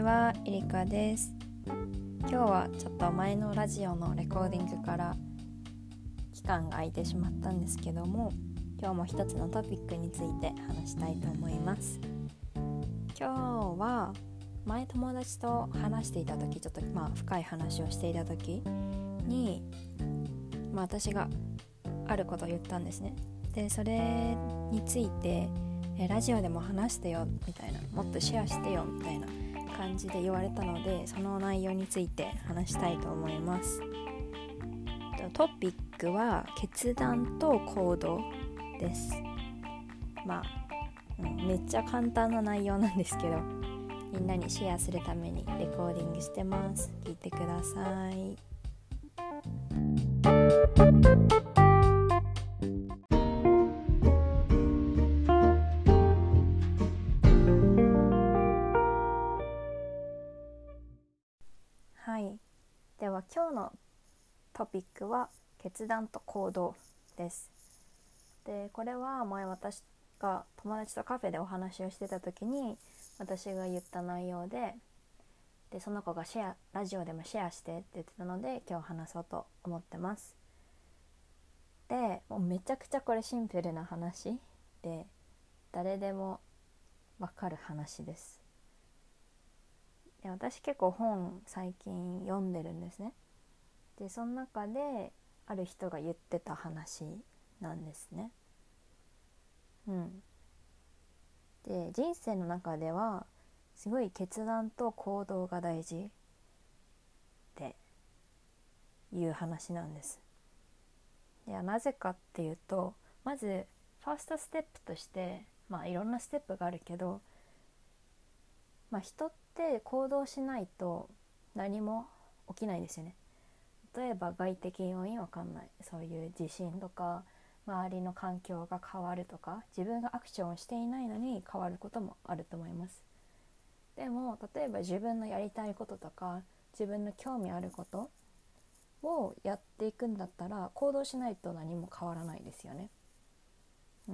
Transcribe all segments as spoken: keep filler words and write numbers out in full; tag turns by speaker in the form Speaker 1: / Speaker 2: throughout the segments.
Speaker 1: は、エリカです。今日はちょっと前のラジオのレコーディングから期間が空いてしまったんですけども、今日も一つのトピックについて話したいと思います。今日は前友達と話していた時、ちょっとまあ深い話をしていた時に、まあ、私があることを言ったんですね。で、それについてえラジオでも話してよみたいな、もっとシェアしてよみたいな感じで言われたので、その内容について話したいと思います。トピックは決断と行動です。まあ、うん、めっちゃ簡単な内容なんですけど、みんなにシェアするためにレコーディングしてます。聞いてください。はい、では今日のトピックは決断と行動です。で、これは前私が友達とカフェでお話をしてた時に私が言った内容で、でその子がシェアラジオでもシェアしてって言ってたので、今日話そうと思ってます。で、もうめちゃくちゃこれシンプルな話で、誰でもわかる話です。で、私結構本最近読んでるんですね。で、その中である人が言ってた話なんですね。うん。で、人生の中ではすごい決断と行動が大事っていう話なんです。いや、なぜかっていうと、まずファーストステップとして、まあいろんなステップがあるけど、まあ人って行動しないと何も起きないですよね。例えば外的要因わかんない、そういう地震とか周りの環境が変わるとか、自分がアクションをしていないのに変わることもあると思います。でも例えば自分のやりたいこととか自分の興味あることをやっていくんだったら、行動しないと何も変わらないですよね。うん。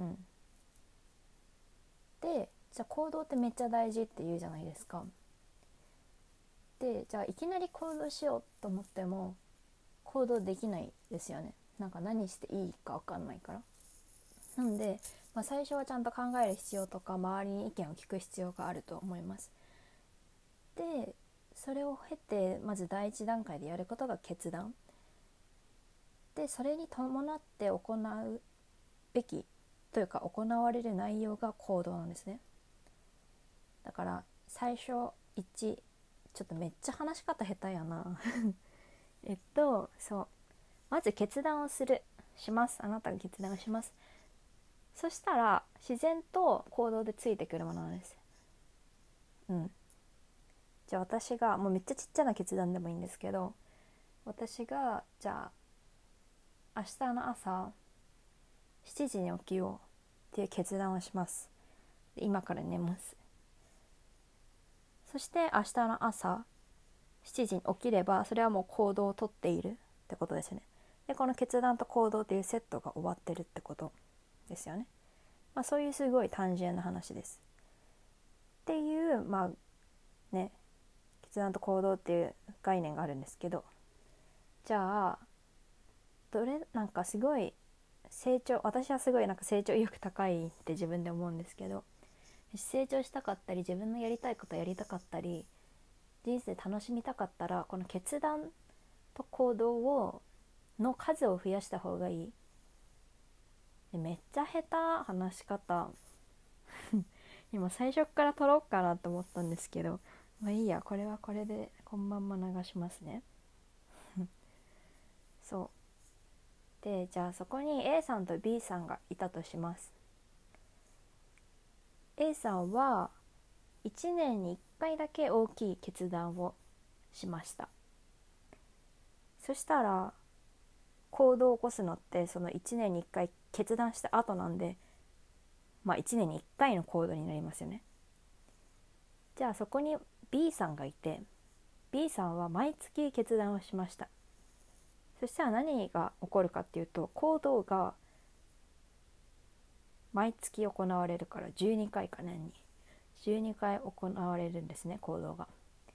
Speaker 1: で、じゃあ行動ってめっちゃ大事って言うじゃないですか。で、じゃあいきなり行動しようと思っても行動できないですよね。なんか何していいか分かんないから。なんで、まあ、最初はちゃんと考える必要とか周りに意見を聞く必要があると思います。で、それを経てまず第一段階でやることが決断で、それに伴って行うべきというか行われる内容が行動なんですね。だから最初いち、ちょっとめっちゃ話し方下手やなえっとそうまず決断をするしますあなたが決断をします。そしたら自然と行動でついてくるものなんです。うん。じゃあ私がもうめっちゃちっちゃな決断でもいいんですけど、私がじゃあ明日の朝しちじに起きようっていう決断をします。で、今から寝ます。そして明日の朝しちじに起きれば、それはもう行動をとっているってことですね。で、この決断と行動っていうセットが終わってるってことですよね。まあそういうすごい単純な話です。っていう、まあね、決断と行動っていう概念があるんですけど、じゃあどれなんかすごい成長、私はすごいなんか成長意欲高いって自分で思うんですけど、成長したかったり自分のやりたいことやりたかったり人生楽しみたかったら、この決断と行動をの数を増やした方がいい。で、めっちゃ下手話し方今最初から撮ろうかなと思ったんですけど、まあいいや、これはこれでこのまんま流しますねそうで、じゃあそこに A さんと B さんがいたとします。 A さんはいちねんにいっかいだけ大きい決断をしました。そしたら行動を起こすのってそのいちねんにいっかい決断した後なんで、まあいちねんにいっかいの行動になりますよね。じゃあそこに B さんがいて、 B さんは毎月決断をしました。そしたら何が起こるかっていうと、行動が毎月行われるからじゅうにかいか、年にじゅうにかい行われるんですね、行動が。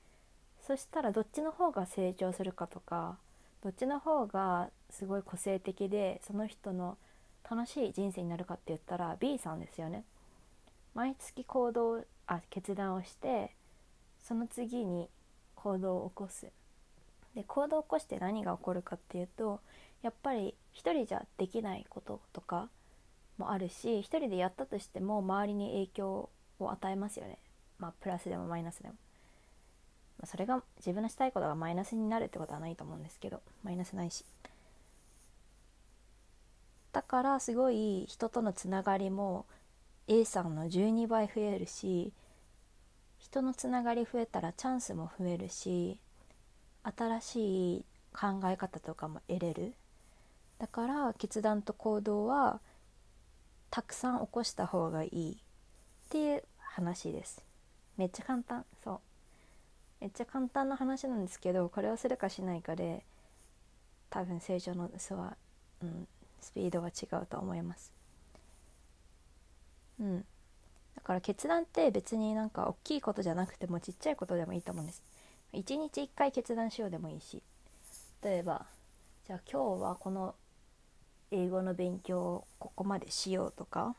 Speaker 1: そしたらどっちの方が成長するかとか、どっちの方がすごい個性的でその人の楽しい人生になるかって言ったら B さんですよね。毎月行動あ決断をして、その次に行動を起こす。で行動を起こして何が起こるかっていうと、やっぱり一人じゃできないこととかもあるし、一人でやったとしても周りに影響を与えますよね。まあプラスでもマイナスでも、まあ、それが自分のしたいことがマイナスになるってことはないと思うんですけど、マイナスないし、だからすごい人とのつながりも A さんのじゅうにばい増えるし、人のつながり増えたらチャンスも増えるし、新しい考え方とかも得れる。だから決断と行動はたくさん起こした方がいいっていう話です。めっちゃ簡単。そうめっちゃ簡単な話なんですけど、これをするかしないかで多分成長の差は、うん、スピードが違うと思います。うん。だから決断って別になんか大きいことじゃなくてもちっちゃいことでもいいと思うんです。いちにちいっかい決断しようでもいいし、例えばじゃあ今日はこの英語の勉強をここまでしようとか、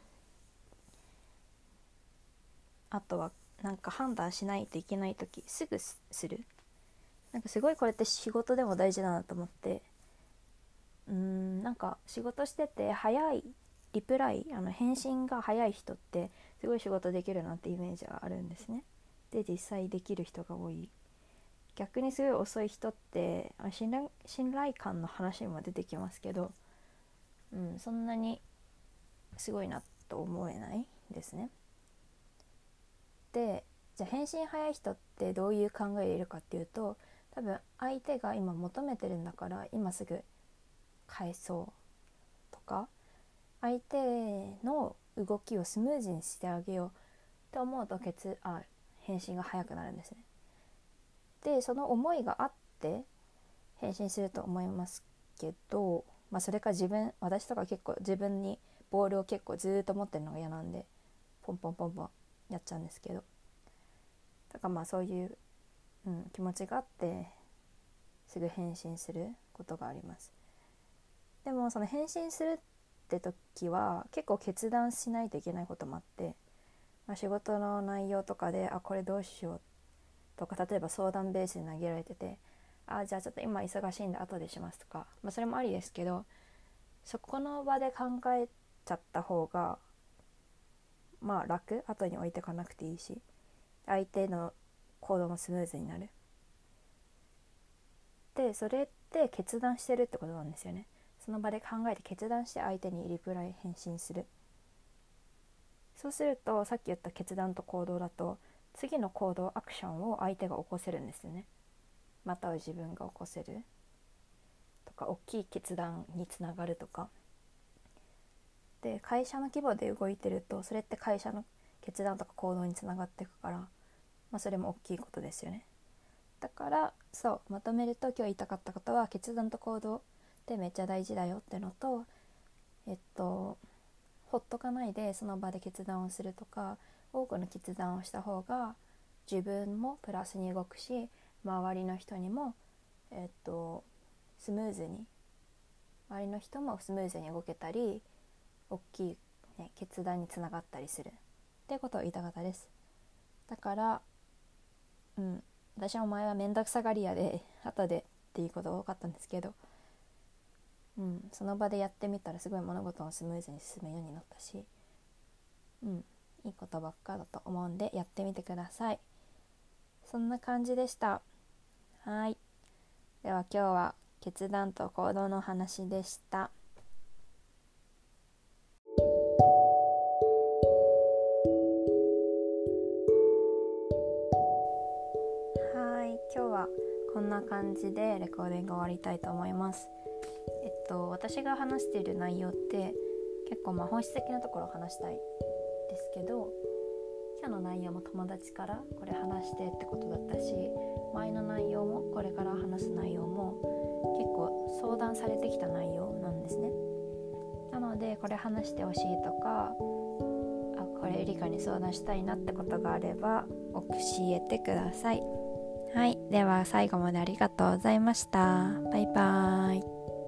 Speaker 1: あとはなんか判断しないといけないときすぐする。なんかすごいこれって仕事でも大事だなと思って、うーんなんか仕事してて早いリプライあの返信が早い人ってすごい仕事できるなってイメージがあるんですね。で実際できる人が多い。逆にすごい遅い人って信頼、信頼感の話も出てきますけど、うん、そんなにすごいなと思えないですね。でじゃあ返信早い人ってどういう考えでいるかっていうと、多分相手が今求めてるんだから今すぐ返そうとか、相手の動きをスムーズにしてあげようって思うと決あ返信が早くなるんですね。でその思いがあって返信すると思いますけど、まあ、それか自分私とか結構自分にボールを結構ずっと持ってるのが嫌なんでポンポンポンポンやっちゃうんですけど、だからまあそういう、うん、気持ちがあってすぐ返信することがあります。でもその返信するって時は結構決断しないといけないこともあって、まあ、仕事の内容とかであこれどうしようとか、例えば相談ベースに投げられてて、あじゃあちょっと今忙しいんで後でしますとか、まあ、それもありですけど、そこの場で考えちゃった方がまあ楽、後に置いてかなくていいし相手の行動もスムーズになる。でそれって決断してるってことなんですよね。その場で考えて決断して相手にリプライ返信する。そうするとさっき言った決断と行動だと次の行動アクションを相手が起こせるんですよね。または自分が起こせるとか、大きい決断につながるとかで、会社の規模で動いてるとそれって会社の決断とか行動につながっていくから、まあ、それも大きいことですよね。だからそうまとめると今日言いたかったことは、決断と行動ってめっちゃ大事だよってのと、えっとほっとかないでその場で決断をするとか、多くの決断をした方が自分もプラスに動くし、周りの人にもえっとスムーズに周りの人もスムーズに動けたり、大きい、ね、決断につながったりするっていうことを言いたかったです。だからうん私はお前はめんどくさがり屋で後でっていうことが多かったんですけど、うん、その場でやってみたらすごい物事をスムーズに進むようになったし、うん、いいことばっかだと思うんでやってみてください。そんな感じでした。はい。では今日は決断と行動の話でした。はい。今日はこんな感じでレコーディング終わりたいと思います。えっと私が話している内容って結構まあ本質的なところを話したいですけど、今日の内容も友達からこれ話してってことだったし、前の内容もこれから話す内容も結構相談されてきた内容なんですね。なのでこれ話してほしいとか、あこれエリカに相談したいなってことがあれば教えてください。 はい、では最後までありがとうございました。バイバーイ。